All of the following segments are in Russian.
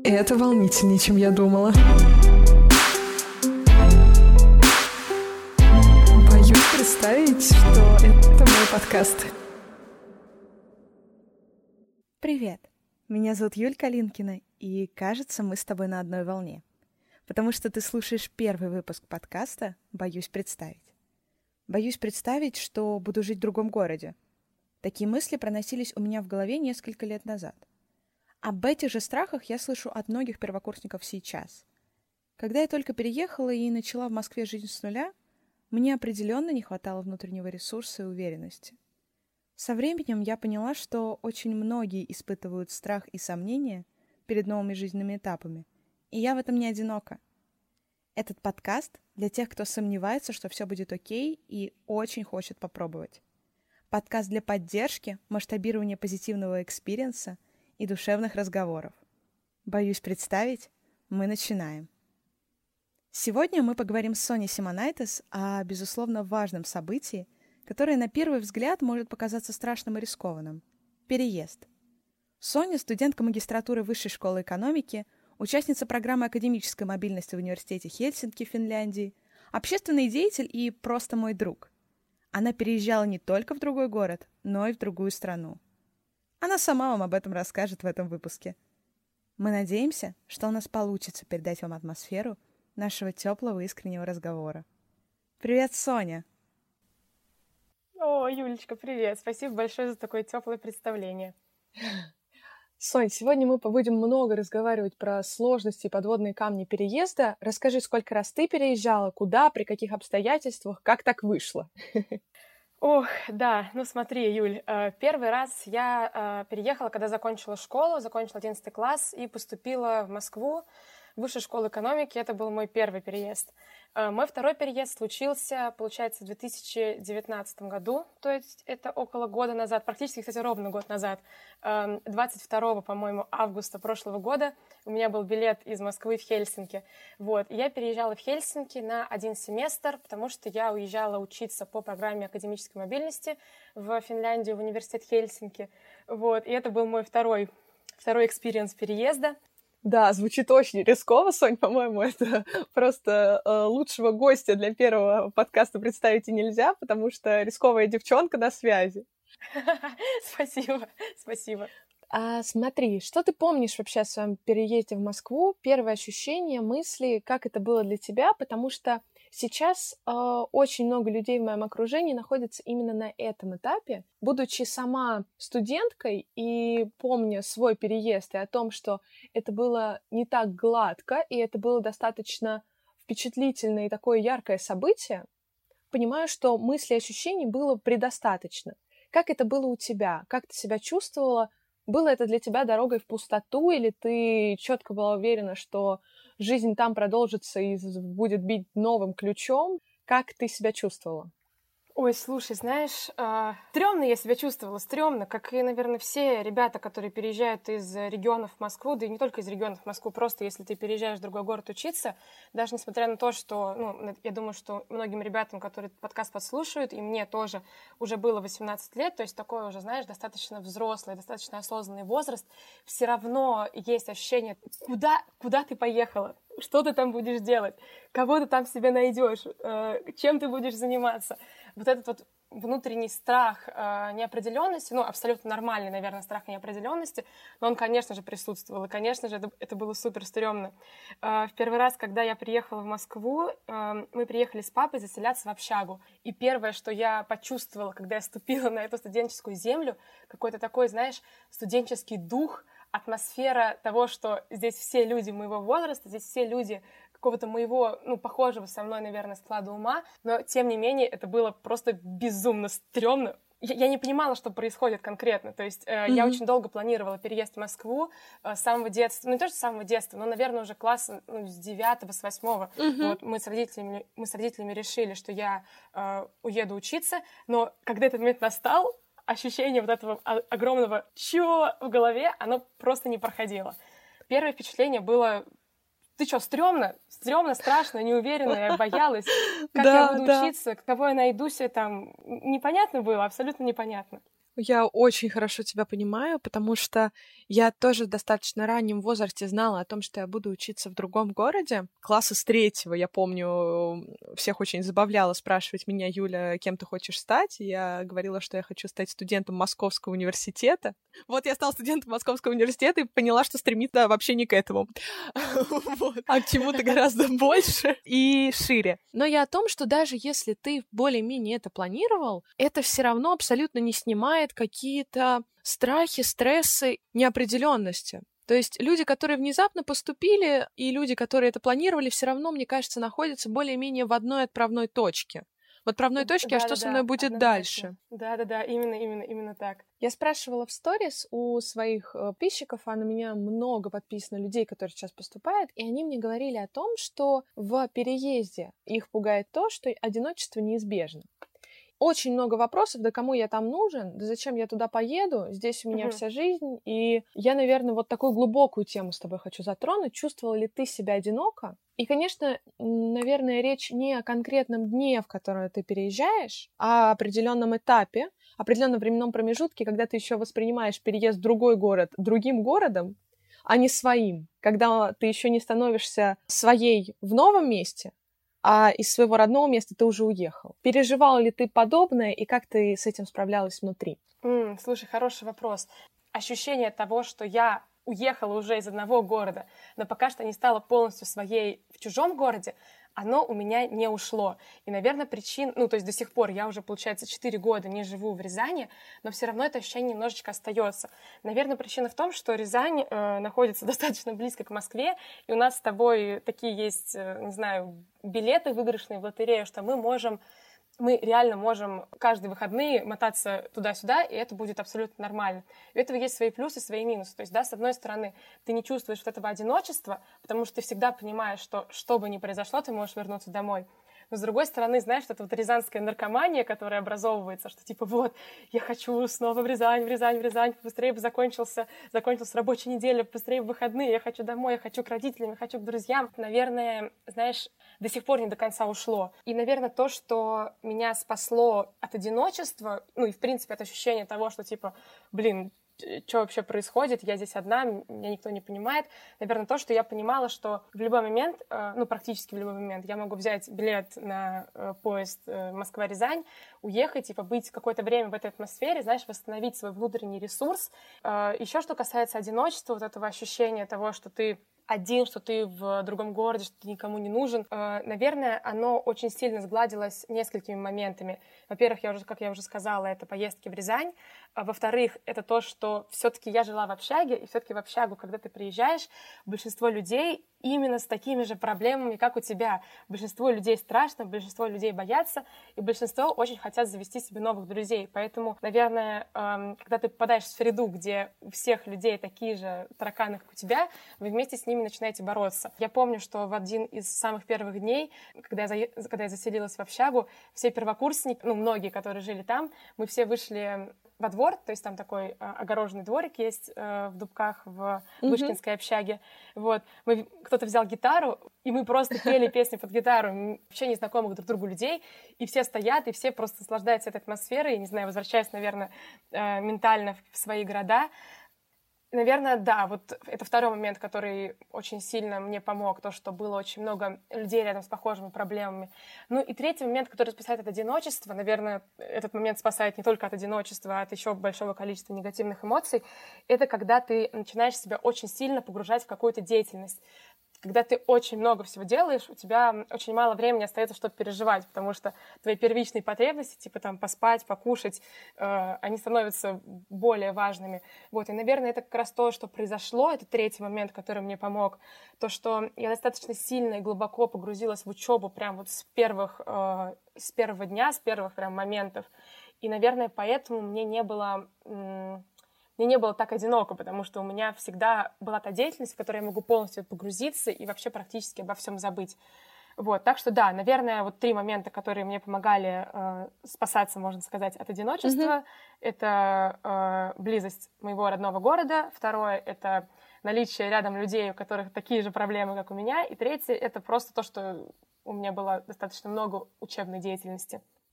Это волнительнее, чем я думала. Боюсь представить, что это мой подкаст. Привет, меня зовут Юль Калинкина, и кажется, мы с тобой на одной волне. Потому что ты слушаешь первый выпуск подкаста «Боюсь представить». Боюсь представить, что буду жить в другом городе. Такие мысли проносились у меня в голове несколько лет назад. Об этих же страхах я слышу от многих первокурсников сейчас. Когда я только переехала и начала в Москве жизнь с нуля, мне определенно не хватало внутреннего ресурса и уверенности. Со временем я поняла, что очень многие испытывают страх и сомнения перед новыми жизненными этапами, и я в этом не одинока. Этот подкаст для тех, кто сомневается, что все будет окей и очень хочет попробовать. Подкаст для поддержки, масштабирования позитивного экспириенса и душевных разговоров. Боюсь представить, мы начинаем. Сегодня мы поговорим с Соней Симонайтес о, безусловно, важном событии, которое на первый взгляд может показаться страшным и рискованным – переезд. Соня – студентка магистратуры Высшей школы экономики, участница программы академической мобильности в университете Хельсинки, Финляндии, общественный деятель и просто мой друг. Она переезжала не только в другой город, но и в другую страну. Она сама вам об этом расскажет в этом выпуске. Мы надеемся, что у нас получится передать вам атмосферу нашего теплого искреннего разговора. Привет, Соня! О, Юлечка, привет! Спасибо большое за такое теплое представление. Сонь, сегодня мы будем много разговаривать про сложности и подводные камни переезда. Расскажи, сколько раз ты переезжала, куда, при каких обстоятельствах, как так вышло? Ох, да, ну смотри, Юль, первый раз я переехала, когда закончила школу, закончила 11 класс и поступила в Москву, в Высшую школу экономики. Это был мой первый переезд. Мой второй переезд случился, получается, в 2019 году, то есть это около года назад, практически, кстати, ровно год назад, 22, по-моему, августа прошлого года у меня был билет из Москвы в Хельсинки. Вот. И я переезжала в Хельсинки на 1 семестр, потому что я уезжала учиться по программе академической мобильности в Финляндию, в университет Хельсинки. Вот. И это был мой второй экспириенс переезда. Да, звучит очень рисково, Сонь, по-моему, это просто лучшего гостя для первого подкаста представить и нельзя, потому что рисковая девчонка на связи. Спасибо. Смотри, что ты помнишь вообще о своем переезде в Москву? Первые ощущения, мысли, как это было для тебя? Потому что сейчас очень много людей в моем окружении находятся именно на этом этапе. Будучи сама студенткой и помня свой переезд и о том, что это было не так гладко, и это было достаточно впечатлительное и такое яркое событие, понимаю, что мыслей и ощущений было предостаточно. Как это было у тебя? Как ты себя чувствовала? Было это для тебя дорогой в пустоту, или ты четко была уверена, что жизнь там продолжится и будет бить новым ключом? Как ты себя чувствовала? Ой, слушай, знаешь, стрёмно я себя чувствовала, стрёмно, как и, наверное, все ребята, которые переезжают из регионов в Москву, да и не только из регионов в Москву, просто если ты переезжаешь в другой город учиться, даже несмотря на то, что, я думаю, что многим ребятам, которые этот подкаст подслушают, и мне тоже уже было 18 лет, то есть такой уже, знаешь, достаточно взрослый, достаточно осознанный возраст, все равно есть ощущение, куда ты поехала, что ты там будешь делать, кого ты там себе найдешь, чем ты будешь заниматься. Вот этот вот внутренний страх неопределенности, абсолютно нормальный, наверное, страх неопределенности, но он, конечно же, присутствовал, и, конечно же, это было супер стрёмно. В первый раз, когда я приехала в Москву, мы приехали с папой заселяться в общагу, и первое, что я почувствовала, когда я ступила на эту студенческую землю, какой-то такой, знаешь, студенческий дух, атмосфера того, что здесь все люди моего возраста, здесь все люди какого-то моего, похожего со мной, наверное, склада ума, но, тем не менее, это было просто безумно стрёмно. Я не понимала, что происходит конкретно, то есть я очень долго планировала переезд в Москву с самого детства, не то что с самого детства, но, наверное, уже класса с 9-го, с 8-го. Вот мы с родителями решили, что я уеду учиться, но когда этот момент настал, ощущение вот этого огромного «чё» в голове, оно просто не проходило. Первое впечатление было: ты что, стрёмно? Стрёмно, страшно, неуверенно, я боялась. Как я буду учиться, кого я найду себе там? Непонятно было, абсолютно непонятно. Я очень хорошо тебя понимаю, потому что я тоже в достаточно раннем возрасте знала о том, что я буду учиться в другом городе. Класса с 3-го, я помню, всех очень забавляло спрашивать меня: Юля, кем ты хочешь стать? И я говорила, что я хочу стать студентом Московского университета. Вот я стала студентом Московского университета и поняла, что стремиться вообще не к этому, а к чему-то гораздо больше и шире. Но я о том, что даже если ты более-менее это планировал, это все равно абсолютно не снимает какие-то страхи, стрессы, неопределенности. То есть люди, которые внезапно поступили, и люди, которые это планировали, все равно, мне кажется, находятся более-менее в одной отправной точке. В отправной точке, а что со мной будет дальше? Да-да-да, именно так. Я спрашивала в сторис у своих подписчиков, а на меня много подписано людей, которые сейчас поступают, и они мне говорили о том, что в переезде их пугает то, что одиночество неизбежно. Очень много вопросов, да кому я там нужен, да зачем я туда поеду, здесь у меня вся жизнь. И я, наверное, вот такую глубокую тему с тобой хочу затронуть. Чувствовала ли ты себя одиноко? И, конечно, наверное, речь не о конкретном дне, в который ты переезжаешь, а о определенном этапе, определенном временном промежутке, когда ты еще воспринимаешь переезд в другой город другим городом, а не своим. Когда ты еще не становишься своей в новом месте, а из своего родного места ты уже уехал. Переживала ли ты подобное, и как ты с этим справлялась внутри? Слушай, хороший вопрос. Ощущение того, что я уехала уже из одного города, но пока что не стала полностью своей в чужом городе, оно у меня не ушло. И, наверное, то есть до сих пор я уже, получается, 4 года не живу в Рязани, но все равно это ощущение немножечко остается. Наверное, причина в том, что Рязань находится достаточно близко к Москве, и у нас с тобой такие есть, не знаю, билеты выигрышные в лотерею, что мы реально можем каждые выходные мотаться туда-сюда, и это будет абсолютно нормально. И у этого есть свои плюсы, свои минусы. То есть, да, с одной стороны, ты не чувствуешь вот этого одиночества, потому что ты всегда понимаешь, что бы ни произошло, ты можешь вернуться домой. Но, с другой стороны, знаешь, это вот рязанская наркомания, которая образовывается, что типа вот, я хочу снова в Рязань, быстрее бы закончилась рабочая неделя, быстрее бы выходные, я хочу домой, я хочу к родителям, я хочу к друзьям. Наверное, знаешь, до сих пор не до конца ушло. И, наверное, то, что меня спасло от одиночества, и, в принципе, от ощущения того, что типа, что вообще происходит, я здесь одна, меня никто не понимает. Наверное, то, что я понимала, что в любой момент, практически в любой момент, я могу взять билет на поезд Москва-Рязань, уехать и побыть какое-то время в этой атмосфере, знаешь, восстановить свой внутренний ресурс. Еще что касается одиночества, вот этого ощущения того, что ты один, что ты в другом городе, что ты никому не нужен. Наверное, оно очень сильно сгладилось несколькими моментами. Во-первых, как я уже сказала, это поездки в Рязань. Во-вторых, это то, что все-таки я жила в общаге, и все-таки в общагу, когда ты приезжаешь, большинство людей именно с такими же проблемами, как у тебя. Большинство людей страшно, большинство людей боятся, и большинство очень хотят завести себе новых друзей. Поэтому, наверное, когда ты попадаешь в среду, где у всех людей такие же тараканы, как у тебя, вы вместе с ними начинаете бороться. Я помню, что в один из самых первых дней, когда я заселилась в общагу, все первокурсники, многие, которые жили там, мы все вышли во двор, то есть там такой огороженный дворик есть в Дубках, в Вышкинской общаге. Вот. Кто-то взял гитару, и мы просто пели песни под гитару вообще незнакомых друг другу людей, и все стоят, и все просто наслаждаются этой атмосферой, и, не знаю, возвращаясь, наверное, ментально в свои города. Наверное, да, вот это второй момент, который очень сильно мне помог, то, что было очень много людей рядом с похожими проблемами. И третий момент, который спасает от одиночества, наверное, этот момент спасает не только от одиночества, а от еще большого количества негативных эмоций, это когда ты начинаешь себя очень сильно погружать в какую-то деятельность. Когда ты очень много всего делаешь, у тебя очень мало времени остается, чтобы переживать, потому что твои первичные потребности, типа там поспать, покушать, они становятся более важными. Вот. И, наверное, это как раз то, что произошло, это третий момент, который мне помог, то, что я достаточно сильно и глубоко погрузилась в учебу прям вот с первого дня, с первых прям моментов. И, наверное, поэтому мне не было так одиноко, потому что у меня всегда была та деятельность, в которой я могу полностью погрузиться и вообще практически обо всем забыть. Вот, так что да, наверное, вот 3 момента, которые мне помогали спасаться, можно сказать, от одиночества. Это близость моего родного города. Второе — это наличие рядом людей, у которых такие же проблемы, как у меня. И третье — это просто то, что у меня было достаточно много учебной деятельности.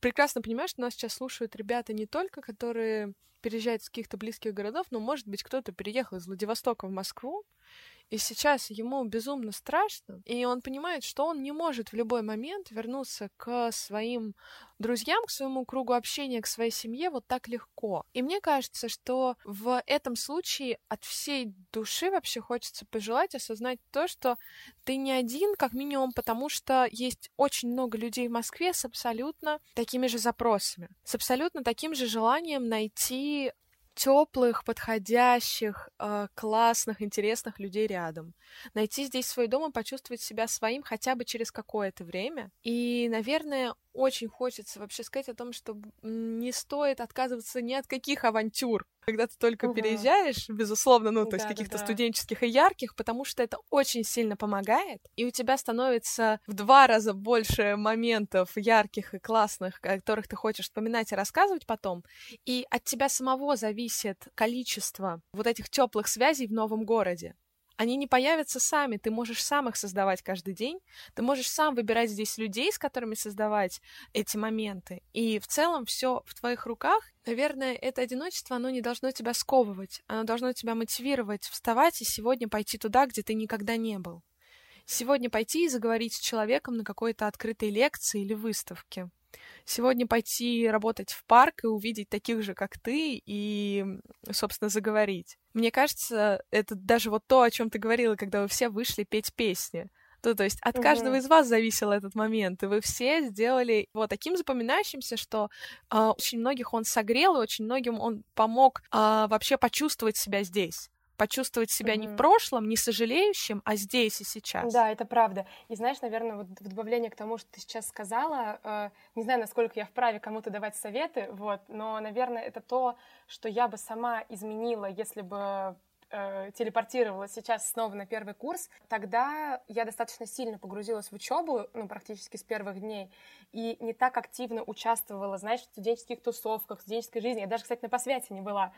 прекрасно понимаю, что нас сейчас слушают ребята не только, которые переезжают из каких-то близких городов, но, может быть, кто-то переехал из Владивостока в Москву, и сейчас ему безумно страшно, и он понимает, что он не может в любой момент вернуться к своим друзьям, к своему кругу общения, к своей семье вот так легко. И мне кажется, что в этом случае от всей души вообще хочется пожелать осознать то, что ты не один, как минимум, потому что есть очень много людей в Москве с абсолютно такими же запросами, с абсолютно таким же желанием найти теплых, подходящих, классных, интересных людей рядом. Найти здесь свой дом и почувствовать себя своим хотя бы через какое-то время. И, наверное, очень хочется вообще сказать о том, что не стоит отказываться ни от каких авантюр, когда ты только переезжаешь, безусловно, то есть каких-то студенческих и ярких, потому что это очень сильно помогает, и у тебя становится в 2 раза больше моментов ярких и классных, о которых ты хочешь вспоминать и рассказывать потом, и от тебя самого зависит количество вот этих теплых связей в новом городе. Они не появятся сами, ты можешь сам их создавать каждый день, ты можешь сам выбирать здесь людей, с которыми создавать эти моменты, и в целом все в твоих руках. Наверное, это одиночество, оно не должно тебя сковывать, оно должно тебя мотивировать вставать и сегодня пойти туда, где ты никогда не был. Сегодня пойти и заговорить с человеком на какой-то открытой лекции или выставке. Сегодня пойти работать в парк и увидеть таких же, как ты, и, собственно, заговорить. Мне кажется, это даже вот то, о чем ты говорила, когда вы все вышли петь песни. То есть от каждого из вас зависел этот момент, и вы все сделали его таким запоминающимся, что очень многих он согрел, и очень многим он помог вообще почувствовать себя здесь. Почувствовать себя не в прошлом, не сожалеющим, а здесь и сейчас. Да, это правда. И знаешь, наверное, вот в добавление к тому, что ты сейчас сказала, не знаю, насколько я вправе кому-то давать советы, но, наверное, это то, что я бы сама изменила, если бы телепортировалась сейчас снова на первый курс, тогда я достаточно сильно погрузилась в учебу, практически с первых дней, и не так активно участвовала, знаешь, в студенческих тусовках, в студенческой жизни. Я даже, кстати, на посвяти не была.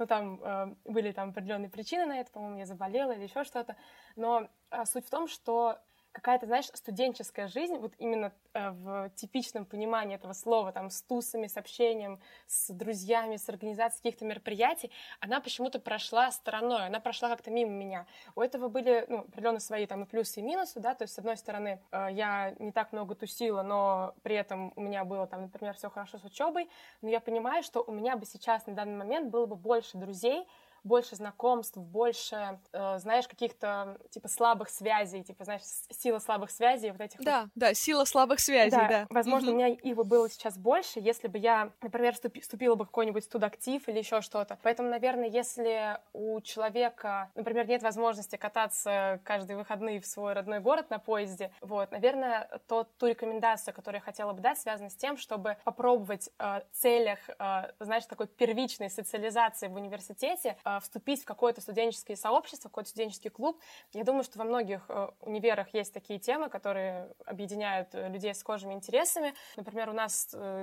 Там были определенные причины на это, по-моему, я заболела или еще что-то. Но суть в том, что какая-то, знаешь, студенческая жизнь, вот именно в типичном понимании этого слова, там, с тусами, с общением, с друзьями, с организацией каких-то мероприятий, она почему-то прошла стороной, она прошла как-то мимо меня. У этого были, определенно свои там и плюсы, и минусы, да, то есть, с одной стороны, я не так много тусила, но при этом у меня было, там, например, все хорошо с учебой, но я понимаю, что у меня бы сейчас на данный момент было бы больше друзей, больше знакомств, больше, знаешь, каких-то, слабых связей, знаешь, сила слабых связей, вот этих Да, сила слабых связей, да. Возможно, у меня их бы было сейчас больше, если бы я, например, вступила бы в какой-нибудь студактив или еще что-то. Поэтому, наверное, если у человека, например, нет возможности кататься каждые выходные в свой родной город на поезде, наверное, ту рекомендацию, которую я хотела бы дать, связана с тем, чтобы попробовать в целях, знаешь, такой первичной социализации в университете вступить в какое-то студенческое сообщество, в какой-то студенческий клуб. Я думаю, что во многих универах есть такие темы, которые объединяют людей с схожими интересами. Например, у нас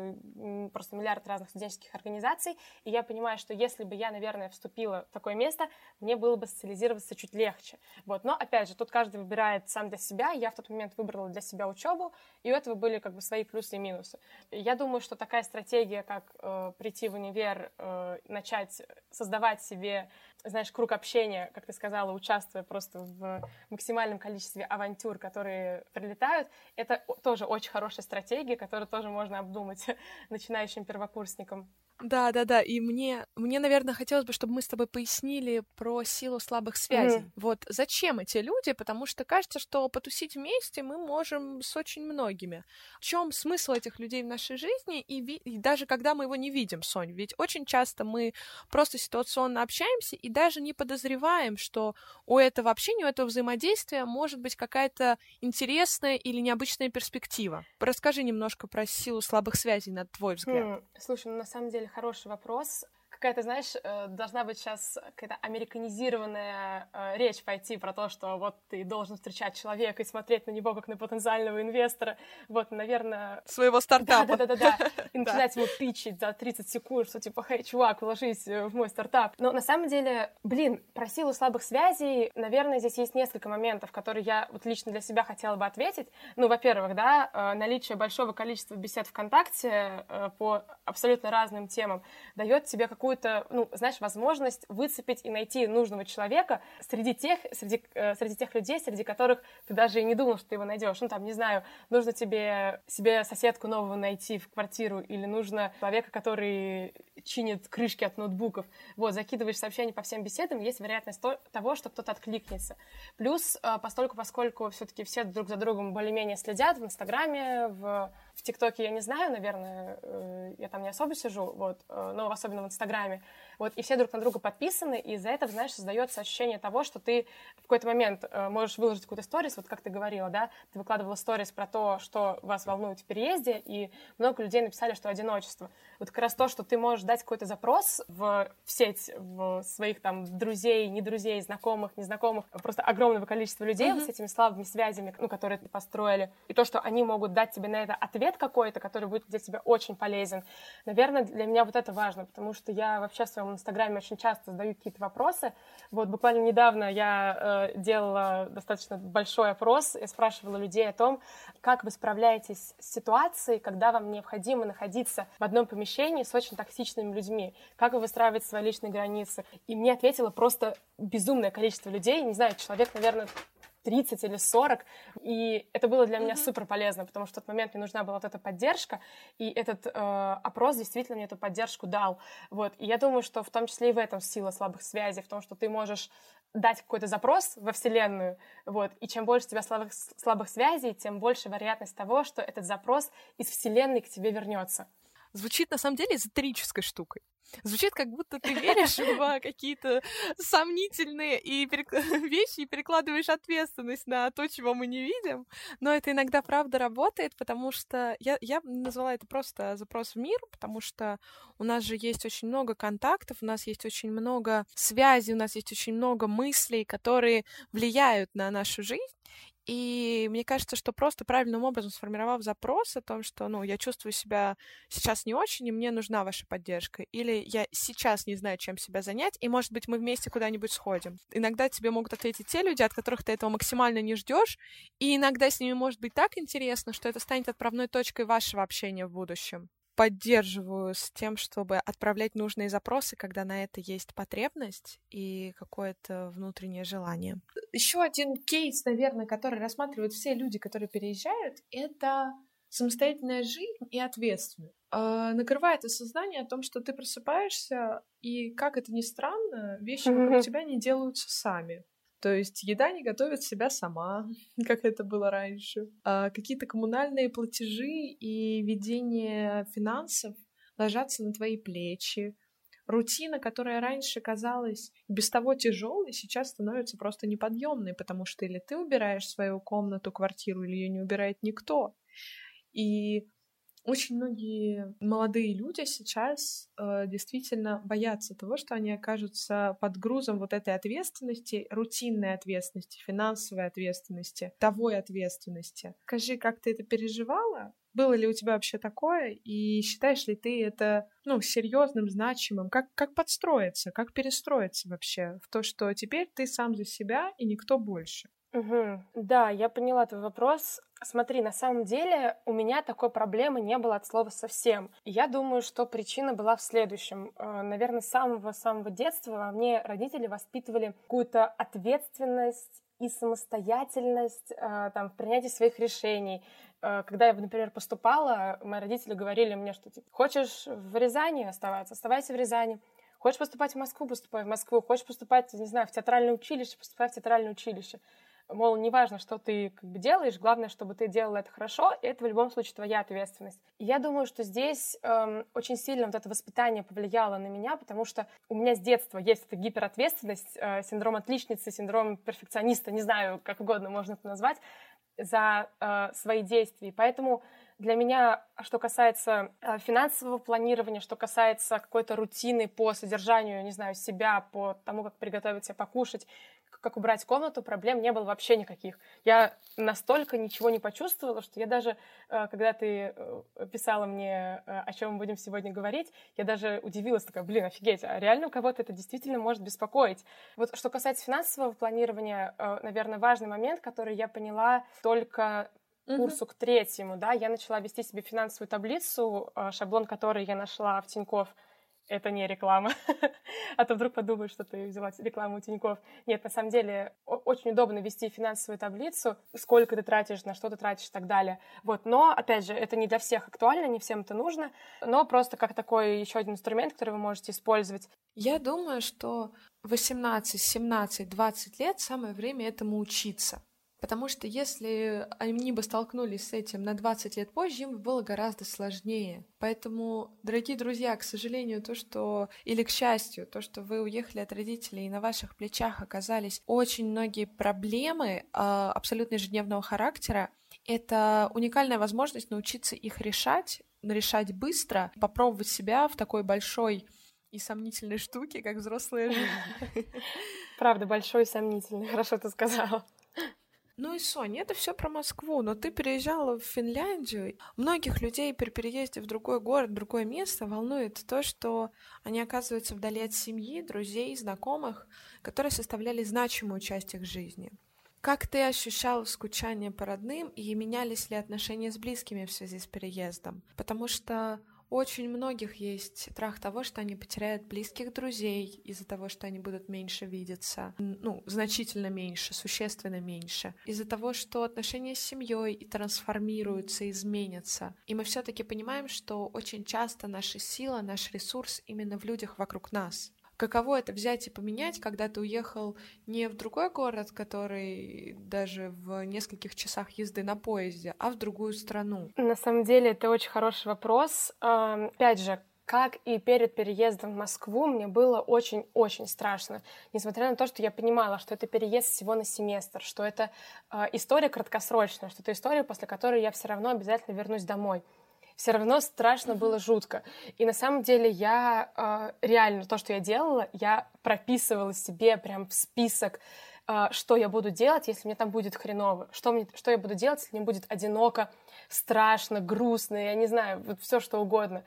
просто миллиард разных студенческих организаций, и я понимаю, что если бы я, наверное, вступила в такое место, мне было бы социализироваться чуть легче. Но, опять же, тут каждый выбирает сам для себя. Я в тот момент выбрала для себя учебу, и у этого были свои плюсы и минусы. Я думаю, что такая стратегия, как прийти в универ, начать создавать себе, знаешь, круг общения, как ты сказала, участвуя просто в максимальном количестве авантюр, которые прилетают, это тоже очень хорошая стратегия, которую тоже можно обдумать начинающим первокурсникам. Да, и мне, наверное, хотелось бы, чтобы мы с тобой пояснили про силу слабых связей. Зачем эти люди? Потому что кажется, что потусить вместе мы можем с очень многими. В чем смысл этих людей в нашей жизни? И даже когда мы его не видим, Сонь, ведь очень часто мы просто ситуационно общаемся и даже не подозреваем, что у этого общения, у этого взаимодействия может быть какая-то интересная или необычная перспектива. Расскажи немножко про силу слабых связей, на твой взгляд. Слушай, на самом деле хороший вопрос. какая-то, знаешь, должна быть сейчас какая-то американизированная речь пойти про то, что вот ты должен встречать человека и смотреть на него как на потенциального инвестора. Вот, наверное... Своего стартапа. Да. И начинать ему питчить за 30 секунд, что типа, хей, чувак, вложись в мой стартап. Но на самом деле, про силу слабых связей, наверное, здесь есть несколько моментов, которые я вот лично для себя хотела бы ответить. Ну, во-первых, да, наличие большого количества бесед ВКонтакте по абсолютно разным темам дает тебе какую-то, ну, знаешь, возможность выцепить и найти нужного человека среди тех людей, среди которых ты даже и не думал, что ты его найдешь. Ну, там, не знаю, нужно тебе себе соседку нового найти в квартиру или нужно человека, который чинит крышки от ноутбуков. Вот, закидываешь сообщения по всем беседам, есть вероятность того, что кто-то откликнется. Плюс, поскольку все-таки все друг за другом более-менее следят в Инстаграме, в ТикТоке я не знаю, наверное, я там не особо сижу, вот, но особенно в Инстаграме, вот, и все друг на друга подписаны, и из-за этого, знаешь, создается ощущение того, что ты в какой-то момент можешь выложить какую-то сторис, вот как ты говорила, да, ты выкладывала сторис про то, что вас волнует в переезде, и много людей написали, что одиночество. Вот как раз то, что ты можешь дать какой-то запрос в сеть, в своих там друзей, не друзей, знакомых, незнакомых, просто огромного количества людей с этими слабыми связями, ну, которые ты построили, и то, что они могут дать тебе на это ответ какой-то, который будет для тебя очень полезен. Наверное, для меня вот это важно, потому что я вообще в своем Инстаграме очень часто задаю какие-то вопросы. Вот буквально недавно я делала достаточно большой опрос, я спрашивала людей о том, как вы справляетесь с ситуацией, когда вам необходимо находиться в одном помещении с очень токсичными людьми, как вы выстраиваете свои личные границы. И мне ответило просто безумное количество людей, не знаю, человек, наверное, 30 или 40, и это было для меня супер полезно, потому что в тот момент мне нужна была вот эта поддержка, и этот опрос действительно мне эту поддержку дал. Вот. И я думаю, что в том числе и в этом сила слабых связей, в том, что ты можешь дать какой-то запрос во Вселенную, вот, и чем больше у тебя слабых связей, тем больше вероятность того, что этот запрос из Вселенной к тебе вернется. Звучит, на самом деле, эзотерической штукой. Звучит, как будто ты веришь в какие-то сомнительные вещи и перекладываешь ответственность на то, чего мы не видим. Но это иногда правда работает, потому что я назвала это просто запрос в мир, потому что у нас же есть очень много контактов, у нас есть очень много связей, у нас есть очень много мыслей, которые влияют на нашу жизнь. И мне кажется, что просто правильным образом сформировав запрос о том, что, ну, я чувствую себя сейчас не очень, и мне нужна ваша поддержка, или я сейчас не знаю, чем себя занять, и, может быть, мы вместе куда-нибудь сходим. Иногда тебе могут ответить те люди, от которых ты этого максимально не ждешь, и иногда с ними может быть так интересно, что это станет отправной точкой вашего общения в будущем. Поддерживаю с тем, чтобы отправлять нужные запросы, когда на это есть потребность и какое-то внутреннее желание. Еще один кейс, наверное, который рассматривают все люди, которые переезжают, это самостоятельная жизнь и ответственность. Накрывает осознание о том, что ты просыпаешься, и, как это ни странно, вещи вокруг тебя не делаются сами. То есть еда не готовит себя сама, как это было раньше. Какие-то коммунальные платежи и ведение финансов ложатся на твои плечи. Рутина, которая раньше казалась без того тяжелой, сейчас становится просто неподъемной, потому что или ты убираешь свою комнату, квартиру, или ее не убирает никто. И очень многие молодые люди сейчас действительно боятся того, что они окажутся под грузом вот этой ответственности, рутинной ответственности, финансовой ответственности, бытовой ответственности. Скажи, как ты это переживала? Было ли у тебя вообще такое? И считаешь ли ты это, ну, серьезным, значимым? Как подстроиться, как перестроиться вообще в то, что теперь ты сам за себя и никто больше? Да, я поняла твой вопрос. Смотри, на самом деле у меня такой проблемы не было от слова совсем. И я думаю, что причина была в следующем. Наверное, с самого-самого детства во мне родители воспитывали какую-то ответственность и самостоятельность там, в принятии своих решений. Когда я, например, поступала, мои родители говорили мне, что типа, хочешь в Рязани оставайся в Рязани. Хочешь поступать в Москву, поступай в Москву. Хочешь поступать, не знаю, в театральное училище, поступай в театральное училище. Мол, неважно, что ты как бы делаешь, главное, чтобы ты делала это хорошо, и это в любом случае твоя ответственность. И я думаю, что здесь очень сильно вот это воспитание повлияло на меня, потому что у меня с детства есть эта гиперответственность, синдром отличницы, синдром перфекциониста, не знаю, как угодно можно это назвать, за свои действия. Поэтому Для меня, что касается финансового планирования, что касается какой-то рутины по содержанию, не знаю, себя, по тому, как приготовить себе покушать, как убрать комнату, проблем не было вообще никаких. Я настолько ничего не почувствовала, что я даже, когда ты писала мне, о чем мы будем сегодня говорить, я даже удивилась, такая, блин, офигеть, а реально у кого-то это действительно может беспокоить. Вот что касается финансового планирования, наверное, важный момент, который я поняла только курсу к 3-му, да, я начала вести себе финансовую таблицу, шаблон которой я нашла в Тинькофф. Это не реклама, а то вдруг подумают, что ты взяла рекламу у Тинькофф. Нет, на самом деле очень удобно вести финансовую таблицу, сколько ты тратишь, на что ты тратишь и так далее. Вот, но, опять же, это не для всех актуально, не всем это нужно, но просто как такой еще один инструмент, который вы можете использовать. Я думаю, что 18, 17, 20 лет самое время этому учиться. Потому что если они бы столкнулись с этим на 20 лет позже, им было гораздо сложнее. Поэтому, дорогие друзья, к сожалению, или к счастью, то, что вы уехали от родителей, и на ваших плечах оказались очень многие проблемы абсолютно ежедневного характера, это уникальная возможность научиться их решать быстро, попробовать себя в такой большой и сомнительной штуке, как взрослая жизнь. Правда, большой и сомнительный, хорошо ты сказала. Ну и, Соня, это все про Москву, но ты переезжала в Финляндию. Многих людей при переезде в другой город, в другое место волнует то, что они оказываются вдали от семьи, друзей, знакомых, которые составляли значимую часть их жизни. Как ты ощущала скучание по родным и менялись ли отношения с близкими в связи с переездом? Потому что у очень многих есть страх того, что они потеряют близких друзей из-за того, что они будут меньше видеться, значительно меньше, существенно меньше, из-за того, что отношения с семьей трансформируются, изменятся. И мы все-таки понимаем, что очень часто наша сила, наш ресурс именно в людях вокруг нас. Каково это взять и поменять, когда ты уехал не в другой город, который даже в нескольких часах езды на поезде, а в другую страну? На самом деле это очень хороший вопрос. Опять же, как и перед переездом в Москву, мне было очень-очень страшно. Несмотря на то, что я понимала, что это переезд всего на семестр, что это история краткосрочная, что это история, после которой я все равно обязательно вернусь домой. Все равно страшно было, жутко. И на самом деле я реально то, что я делала, я прописывала себе прям в список, что я буду делать, если мне там будет хреново, что я буду делать, если мне будет одиноко, страшно, грустно, я не знаю, вот все что угодно.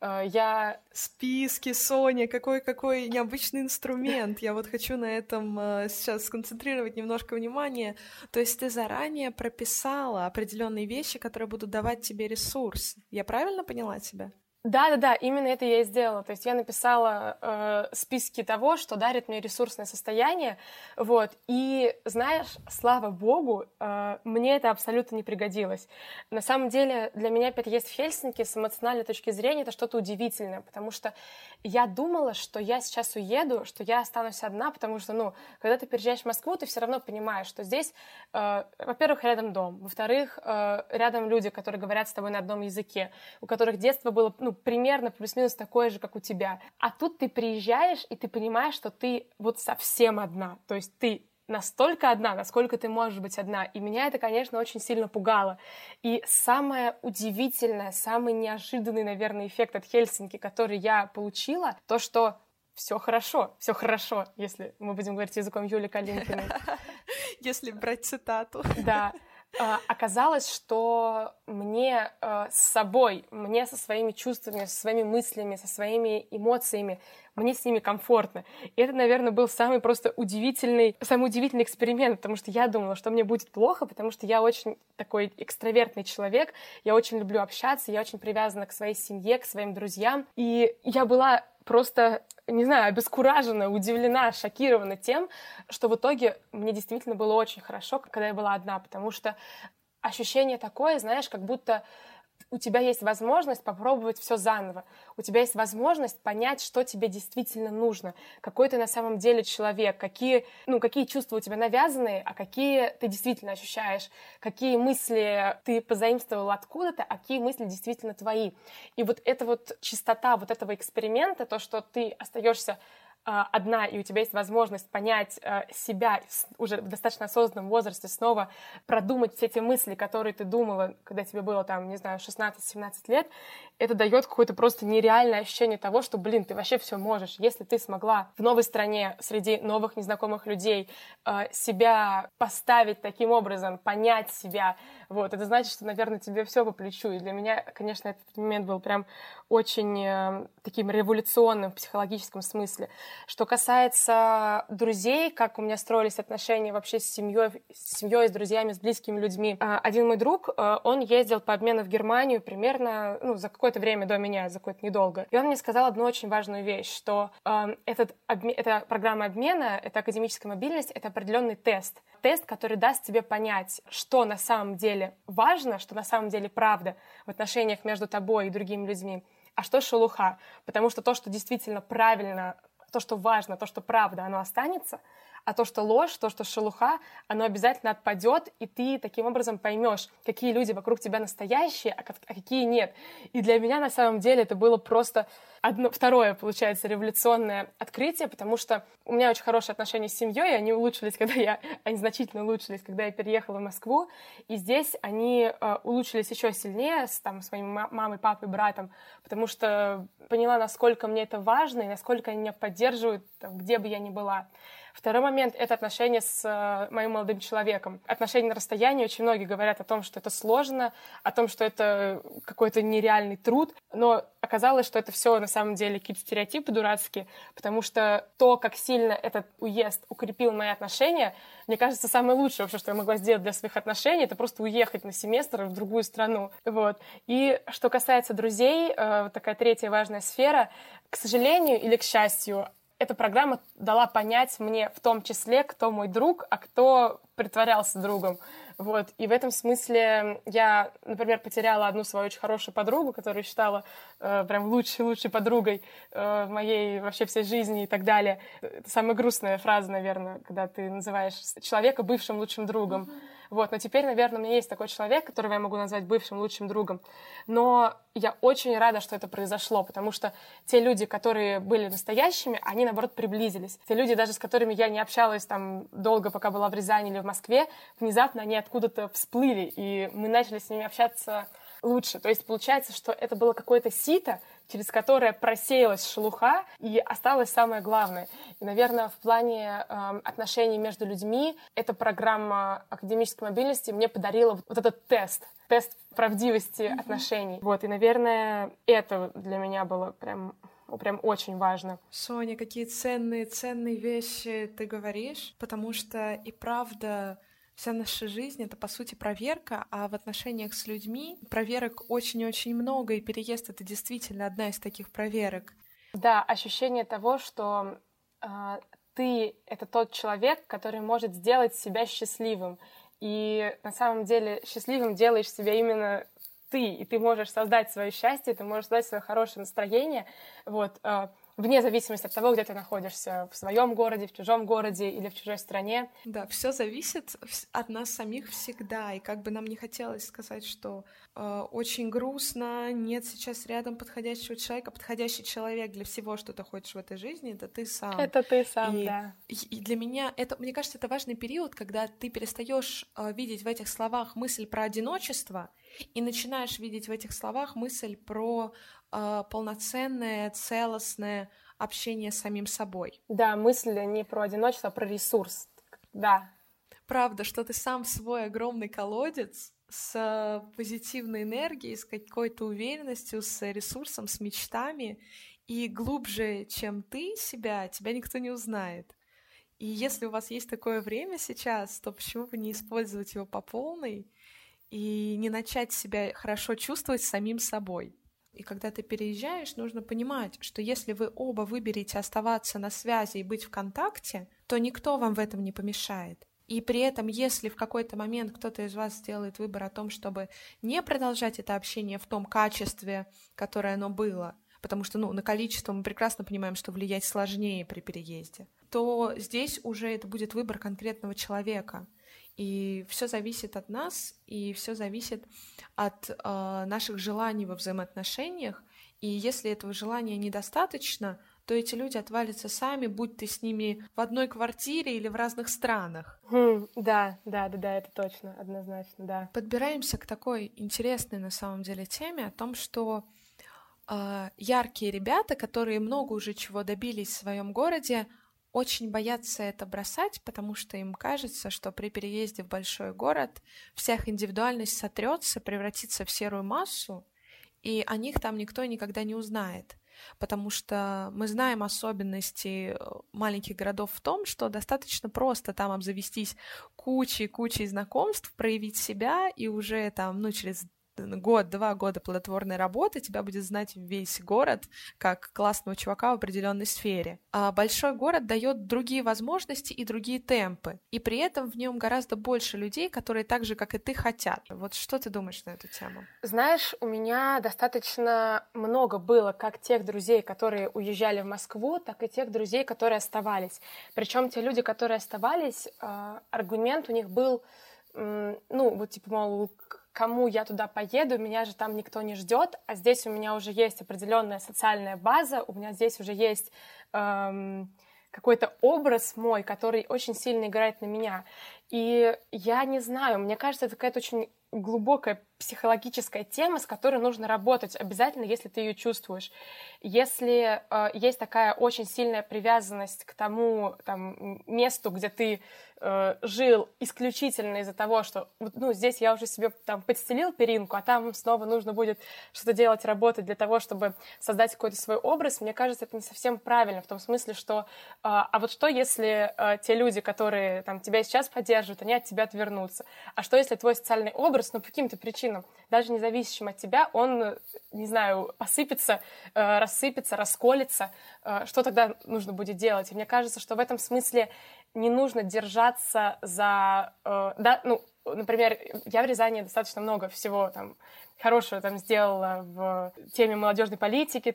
Списки, Соня, какой необычный инструмент. Я вот хочу на этом сейчас сконцентрировать немножко внимания. То есть ты заранее прописала определенные вещи, которые будут давать тебе ресурс. Я правильно поняла тебя? Да, именно это я и сделала. То есть я написала списки того, что дарит мне ресурсное состояние, вот. И, знаешь, слава богу, мне это абсолютно не пригодилось. На самом деле для меня переезд в Хельсинки с эмоциональной точки зрения это что-то удивительное, потому что я думала, что я сейчас уеду, что я останусь одна, потому что, когда ты переезжаешь в Москву, ты все равно понимаешь, что здесь, во-первых, рядом дом, во-вторых, рядом люди, которые говорят с тобой на одном языке, у которых детство было, примерно плюс-минус такое же, как у тебя. А тут ты приезжаешь, и ты понимаешь, что ты вот совсем одна. То есть ты настолько одна, насколько ты можешь быть одна. И меня это, конечно, очень сильно пугало. И самое удивительное, самый неожиданный, наверное, эффект от Хельсинки, который я получила, то, что все хорошо, если мы будем говорить языком Юли Калинкиной. Если брать цитату. Да. Оказалось, что мне с собой, мне со своими чувствами, со своими мыслями, со своими эмоциями, мне с ними комфортно. И это, наверное, был самый удивительный эксперимент, потому что я думала, что мне будет плохо, потому что я очень такой экстравертный человек, я очень люблю общаться, я очень привязана к своей семье, к своим друзьям. И я была просто, не знаю, обескуражена, удивлена, шокирована тем, что в итоге мне действительно было очень хорошо, когда я была одна, потому что ощущение такое, знаешь, как будто у тебя есть возможность попробовать все заново, у тебя есть возможность понять, что тебе действительно нужно, какой ты на самом деле человек, какие чувства у тебя навязанные, а какие ты действительно ощущаешь, какие мысли ты позаимствовал откуда-то, а какие мысли действительно твои. И вот эта вот чистота вот этого эксперимента, то, что ты остаешься одна, и у тебя есть возможность понять себя уже в достаточно осознанном возрасте, снова продумать все те мысли, которые ты думала, когда тебе было, там, не знаю, 16-17 лет, это дает какое-то просто нереальное ощущение того, что, блин, ты вообще все можешь. Если ты смогла в новой стране, среди новых незнакомых людей себя поставить таким образом, понять себя, вот, это значит, что, наверное, тебе все по плечу. И для меня, конечно, этот момент был прям очень таким революционным в психологическом смысле. Что касается друзей, как у меня строились отношения вообще с семьей, с друзьями, с близкими людьми. Один мой друг, он ездил по обмену в Германию примерно, за какое-то время до меня, за какое-то недолго. И он мне сказал одну очень важную вещь, что эта программа обмена, эта академическая мобильность, это определенный тест. Тест, который даст тебе понять, что на самом деле важно, что на самом деле правда в отношениях между тобой и другими людьми, а что шелуха. Потому что то, что действительно правильно, то, что важно, то, что правда, оно останется, а то, что ложь, то, что шелуха, оно обязательно отпадет, и ты таким образом поймешь, какие люди вокруг тебя настоящие, а какие нет. И для меня на самом деле это было просто второе, получается, революционное открытие, потому что у меня очень хорошие отношения с семьей, они значительно улучшились, когда я переехала в Москву, и здесь они улучшились еще сильнее с моими мамой, папой, братом, потому что поняла, насколько мне это важно и насколько они меня поддерживают, где бы я ни была. Второй момент — это отношения с моим молодым человеком. Отношения на расстоянии, очень многие говорят о том, что это сложно, о том, что это какой-то нереальный труд, но оказалось, что это все на самом деле какие-то стереотипы дурацкие, потому что то, как сильно этот уезд укрепил мои отношения, мне кажется, самое лучшее вообще, что я могла сделать для своих отношений, это просто уехать на семестр в другую страну. Вот. И что касается друзей, такая третья важная сфера, к сожалению или к счастью, эта программа дала понять мне в том числе, кто мой друг, а кто притворялся другом. Вот. И в этом смысле я, например, потеряла одну свою очень хорошую подругу, которую считала прям лучшей подругой в моей вообще всей жизни и так далее. Это самая грустная фраза, наверное, когда ты называешь человека бывшим лучшим другом. Вот. Но теперь, наверное, у меня есть такой человек, которого я могу назвать бывшим лучшим другом. Но я очень рада, что это произошло, потому что те люди, которые были настоящими, они, наоборот, приблизились. Те люди, даже с которыми я не общалась долго, пока была в Рязани или в Москве, внезапно они откуда-то всплыли, и мы начали с ними общаться лучше. То есть получается, что это было какое-то сито, через которое просеялась шелуха, и осталось самое главное. И, наверное, в плане отношений между людьми эта программа академической мобильности мне подарила вот этот тест правдивости отношений. Вот, и, наверное, это для меня было прям очень важно. Соня, какие ценные вещи ты говоришь, потому что и правда вся наша жизнь — это, по сути, проверка, а в отношениях с людьми проверок очень-очень много, и переезд — это действительно одна из таких проверок. Да, ощущение того, что ты — это тот человек, который может сделать себя счастливым. И на самом деле счастливым делаешь себя именно ты, и ты можешь создать свое счастье, ты можешь создать свое хорошее настроение, вот, вне зависимости от того, где ты находишься, в своем городе, в чужом городе или в чужой стране. Да, все зависит от нас самих всегда, и как бы нам не хотелось сказать, что очень грустно, нет сейчас рядом подходящего человека. Подходящий человек для всего, что ты хочешь в этой жизни, это ты сам. Это ты сам, да. И для меня мне кажется, это важный период, когда ты перестаешь видеть в этих словах мысль про одиночество и начинаешь видеть в этих словах мысль про полноценное, целостное общение с самим собой. Да, мысль не про одиночество, а про ресурс. Да. Правда, что ты сам свой огромный колодец с позитивной энергией, с какой-то уверенностью, с ресурсом, с мечтами, и глубже, чем ты тебя никто не узнает. И если у вас есть такое время сейчас, то почему бы не использовать его по полной и не начать себя хорошо чувствовать с самим собой? И когда ты переезжаешь, нужно понимать, что если вы оба выберете оставаться на связи и быть в контакте, то никто вам в этом не помешает. И при этом, если в какой-то момент кто-то из вас сделает выбор о том, чтобы не продолжать это общение в том качестве, которое оно было, потому что, на количество мы прекрасно понимаем, что влиять сложнее при переезде, то здесь уже это будет выбор конкретного человека. И все зависит от нас, и все зависит от наших желаний во взаимоотношениях. И если этого желания недостаточно, то эти люди отвалятся сами, будь ты с ними в одной квартире или в разных странах. Да, это точно, однозначно, да. Подбираемся к такой интересной на самом деле теме о том, что яркие ребята, которые много уже чего добились в своем городе, очень боятся это бросать, потому что им кажется, что при переезде в большой город вся их индивидуальность сотрется, превратится в серую массу, и о них там никто никогда не узнает. Потому что мы знаем особенности маленьких городов в том, что достаточно просто там обзавестись кучей знакомств, проявить себя, и уже там, через год-два года плодотворной работы тебя будет знать весь город как классного чувака в определенной сфере. А большой город дает другие возможности и другие темпы, и при этом в нем гораздо больше людей, которые так же, как и ты, хотят. Вот что ты думаешь на эту тему? Знаешь, у меня достаточно много было как тех друзей, которые уезжали в Москву, так и тех друзей, которые оставались. Причем те люди, которые оставались, аргумент у них был, мол, кому я туда поеду, меня же там никто не ждет, а здесь у меня уже есть определенная социальная база, у меня здесь уже есть какой-то образ мой, который очень сильно играет на меня. И я не знаю, мне кажется, это какая-то очень глубокая психологическая тема, с которой нужно работать обязательно, если ты ее чувствуешь. Если есть такая очень сильная привязанность к тому месту, где ты жил исключительно из-за того, что здесь я уже себе подстелил перинку, а там снова нужно будет что-то делать, работать для того, чтобы создать какой-то свой образ, мне кажется, это не совсем правильно, в том смысле, что а вот что, если те люди, которые тебя сейчас поддерживают, они от тебя отвернутся? А что, если твой социальный образ, по каким-то причинам, даже не зависящим от тебя, он, не знаю, посыпется, рассыпется, расколется? Что тогда нужно будет делать? И мне кажется, что в этом смысле не нужно держаться за... например, я в Рязани достаточно много всего хорошего сделала в теме молодежной политики,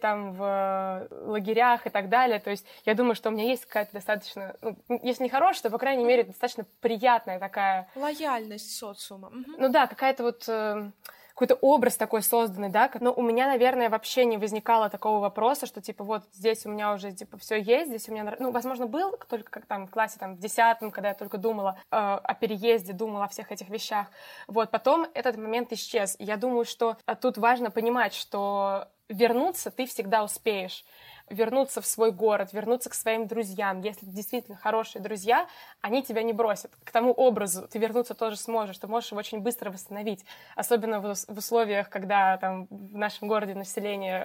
в лагерях и так далее. То есть я думаю, что у меня есть какая-то достаточно, если не хорошая, то, по крайней мере, достаточно приятная такая... Лояльность социума. Какая-то какой-то образ такой созданный, да, но у меня, наверное, вообще не возникало такого вопроса, что, вот здесь у меня уже, все есть, здесь у меня, возможно, был только как в классе, в 10-м, когда я только думала о переезде, думала о всех этих вещах, потом этот момент исчез. Я думаю, что тут важно понимать, что вернуться ты всегда успеешь, вернуться в свой город, вернуться к своим друзьям. Если действительно хорошие друзья, они тебя не бросят. К тому образу ты вернуться тоже сможешь, ты можешь его очень быстро восстановить. Особенно в условиях, когда в нашем городе население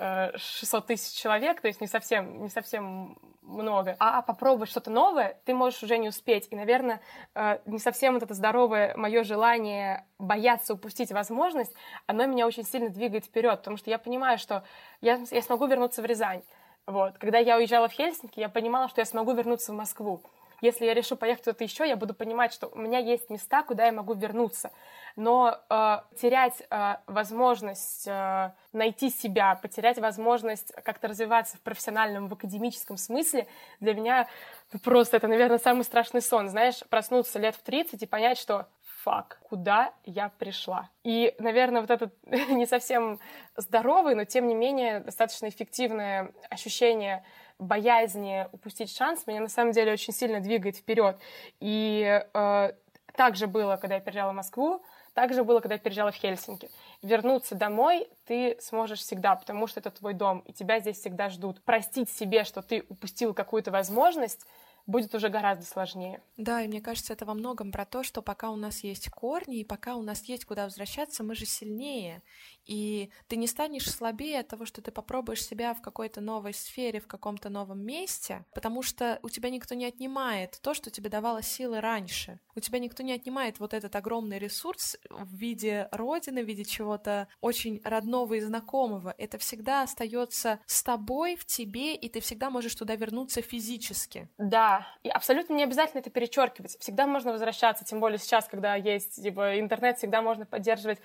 600 тысяч человек, то есть не совсем много. А попробовать что-то новое ты можешь уже не успеть. И, наверное, не совсем это здоровое мое желание бояться упустить возможность, оно меня очень сильно двигает вперед, потому что я понимаю, что я смогу вернуться в Рязань. Когда я уезжала в Хельсинки, я понимала, что я смогу вернуться в Москву. Если я решу поехать куда-то еще, я буду понимать, что у меня есть места, куда я могу вернуться. Но терять возможность найти себя, потерять возможность как-то развиваться в профессиональном, в академическом смысле, для меня просто это, наверное, самый страшный сон. Знаешь, проснуться лет в 30 и понять, что куда я пришла. И, наверное, этот не совсем здоровый, но, тем не менее, достаточно эффективное ощущение боязни упустить шанс меня, на самом деле, очень сильно двигает вперед. И так же было, когда я переезжала в Москву, так же было, когда я переезжала в Хельсинки. Вернуться домой ты сможешь всегда, потому что это твой дом, и тебя здесь всегда ждут. Простить себе, что ты упустил какую-то возможность, будет уже гораздо сложнее. Да, и мне кажется, это во многом про то, что пока у нас есть корни, и пока у нас есть куда возвращаться, мы же сильнее. И ты не станешь слабее от того, что ты попробуешь себя в какой-то новой сфере, в каком-то новом месте, потому что у тебя никто не отнимает то, что тебе давало силы раньше. У тебя никто не отнимает этот огромный ресурс в виде родины, в виде чего-то очень родного и знакомого. Это всегда остается с тобой, в тебе, и ты всегда можешь туда вернуться физически. Да, и абсолютно не обязательно это перечеркивать. Всегда можно возвращаться, тем более сейчас, когда есть интернет, всегда можно поддерживать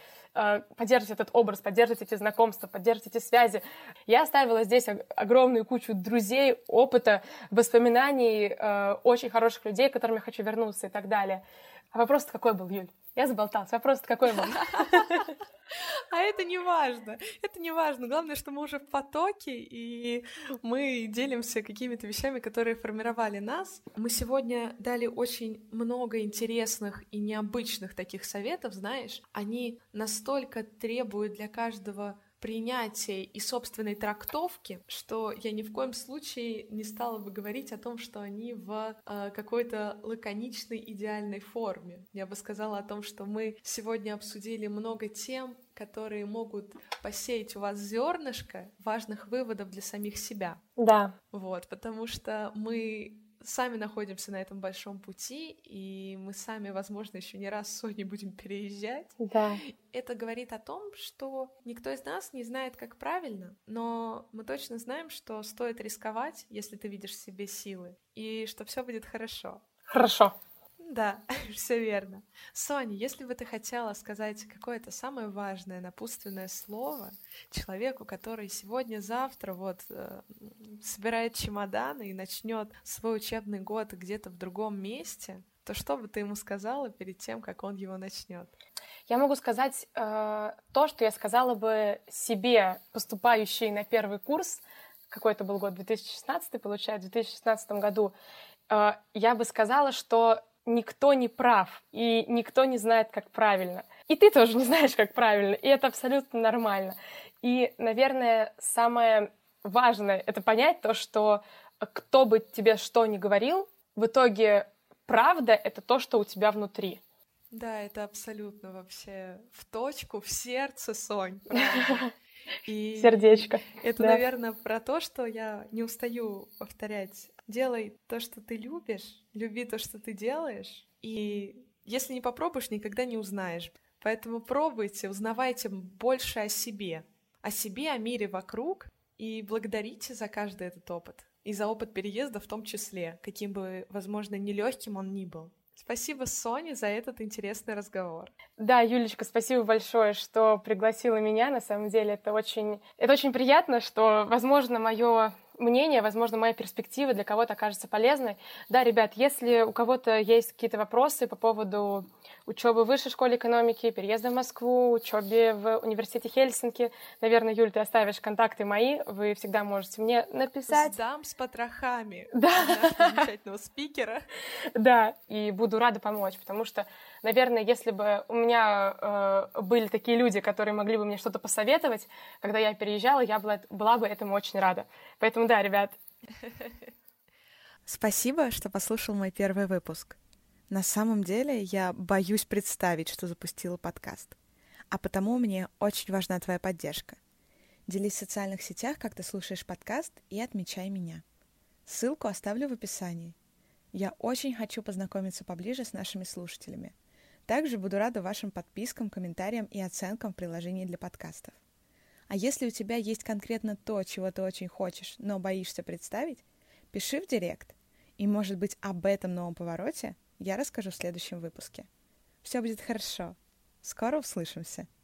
этот образ, поддерживать эти знакомства, поддерживать эти связи. Я оставила здесь огромную кучу друзей, опыта, воспоминаний, очень хороших людей, к которым я хочу вернуться и так далее. А вопрос какой был, Юль? Я заболталась. Вопрос какой был? А это не важно. Это не важно. Главное, что мы уже в потоке, и мы делимся какими-то вещами, которые формировали нас. Мы сегодня дали очень много интересных и необычных таких советов, знаешь. Они настолько требуют для каждого принятия и собственной трактовки, что я ни в коем случае не стала бы говорить о том, что они в какой-то лаконичной идеальной форме. Я бы сказала о том, что мы сегодня обсудили много тем, которые могут посеять у вас зернышко важных выводов для самих себя. Да. Вот, потому что мы сами находимся на этом большом пути, и мы сами, возможно, еще не раз с Соней будем переезжать. Да. Это говорит о том, что никто из нас не знает, как правильно, но мы точно знаем, что стоит рисковать, если ты видишь в себе силы, и что все будет хорошо. Хорошо. Да, все верно. Соня, если бы ты хотела сказать какое-то самое важное напутственное слово человеку, который сегодня-завтра собирает чемоданы и начнет свой учебный год где-то в другом месте, то что бы ты ему сказала перед тем, как он его начнет? Я могу сказать то, что я сказала бы себе, поступающей на первый курс, какой это был год, 2016, получается, в 2016 году, я бы сказала, что никто не прав, и никто не знает, как правильно. И ты тоже не знаешь, как правильно, и это абсолютно нормально. И, наверное, самое важное — это понять то, что кто бы тебе что ни говорил, в итоге правда — это то, что у тебя внутри. Да, это абсолютно вообще в точку, в сердце, Сонь. И сердечко. Это, да. Наверное, про то, что я не устаю повторять. Делай то, что ты любишь, люби то, что ты делаешь, и если не попробуешь, никогда не узнаешь. Поэтому пробуйте, узнавайте больше о себе, о мире вокруг, и благодарите за каждый этот опыт. И за опыт переезда в том числе, каким бы, возможно, нелегким он ни был. Спасибо, Соне, за этот интересный разговор. Да, Юлечка, спасибо большое, что пригласила меня. На самом деле это очень приятно, что, возможно, мое мнение, возможно, моя перспектива для кого-то окажется полезной. Да, ребят, если у кого-то есть какие-то вопросы по поводу учебы в высшей школе экономики, переезда в Москву, учебе в университете Хельсинки, наверное, Юль, ты оставишь контакты мои, вы всегда можете мне написать. Сдам с потрохами нашего замечательного спикера. Да, и буду рада помочь, потому что, наверное, если бы у меня были такие люди, которые могли бы мне что-то посоветовать, когда я переезжала, я была бы этому очень рада. Поэтому да, ребят. Спасибо, что послушал мой первый выпуск. На самом деле я боюсь представить, что запустила подкаст. А потому мне очень важна твоя поддержка. Делись в социальных сетях, как ты слушаешь подкаст, и отмечай меня. Ссылку оставлю в описании. Я очень хочу познакомиться поближе с нашими слушателями. Также буду рада вашим подпискам, комментариям и оценкам в приложении для подкастов. А если у тебя есть конкретно то, чего ты очень хочешь, но боишься представить, пиши в директ. И, может быть, об этом новом повороте я расскажу в следующем выпуске. Все будет хорошо. Скоро услышимся.